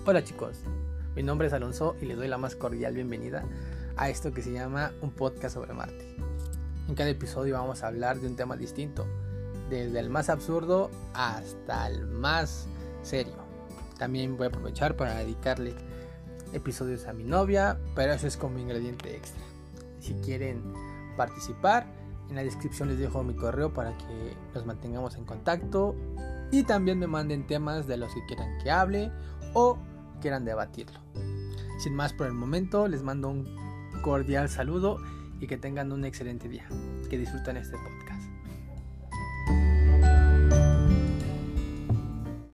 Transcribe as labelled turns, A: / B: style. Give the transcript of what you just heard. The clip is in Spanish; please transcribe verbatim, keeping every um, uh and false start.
A: Hola chicos, mi nombre es Alonso y les doy la más cordial bienvenida a esto que se llama un podcast sobre Marte. En cada episodio vamos a hablar de un tema distinto, desde el más absurdo hasta el más serio. También voy a aprovechar para dedicarle episodios a mi novia, pero eso es como ingrediente extra. Si quieren participar, en la descripción les dejo mi correo para que nos mantengamos en contacto y también me manden temas de los que quieran que hable o quieran debatirlo. Sin más por el momento, les mando un cordial saludo y que tengan un excelente día. Que disfruten este podcast.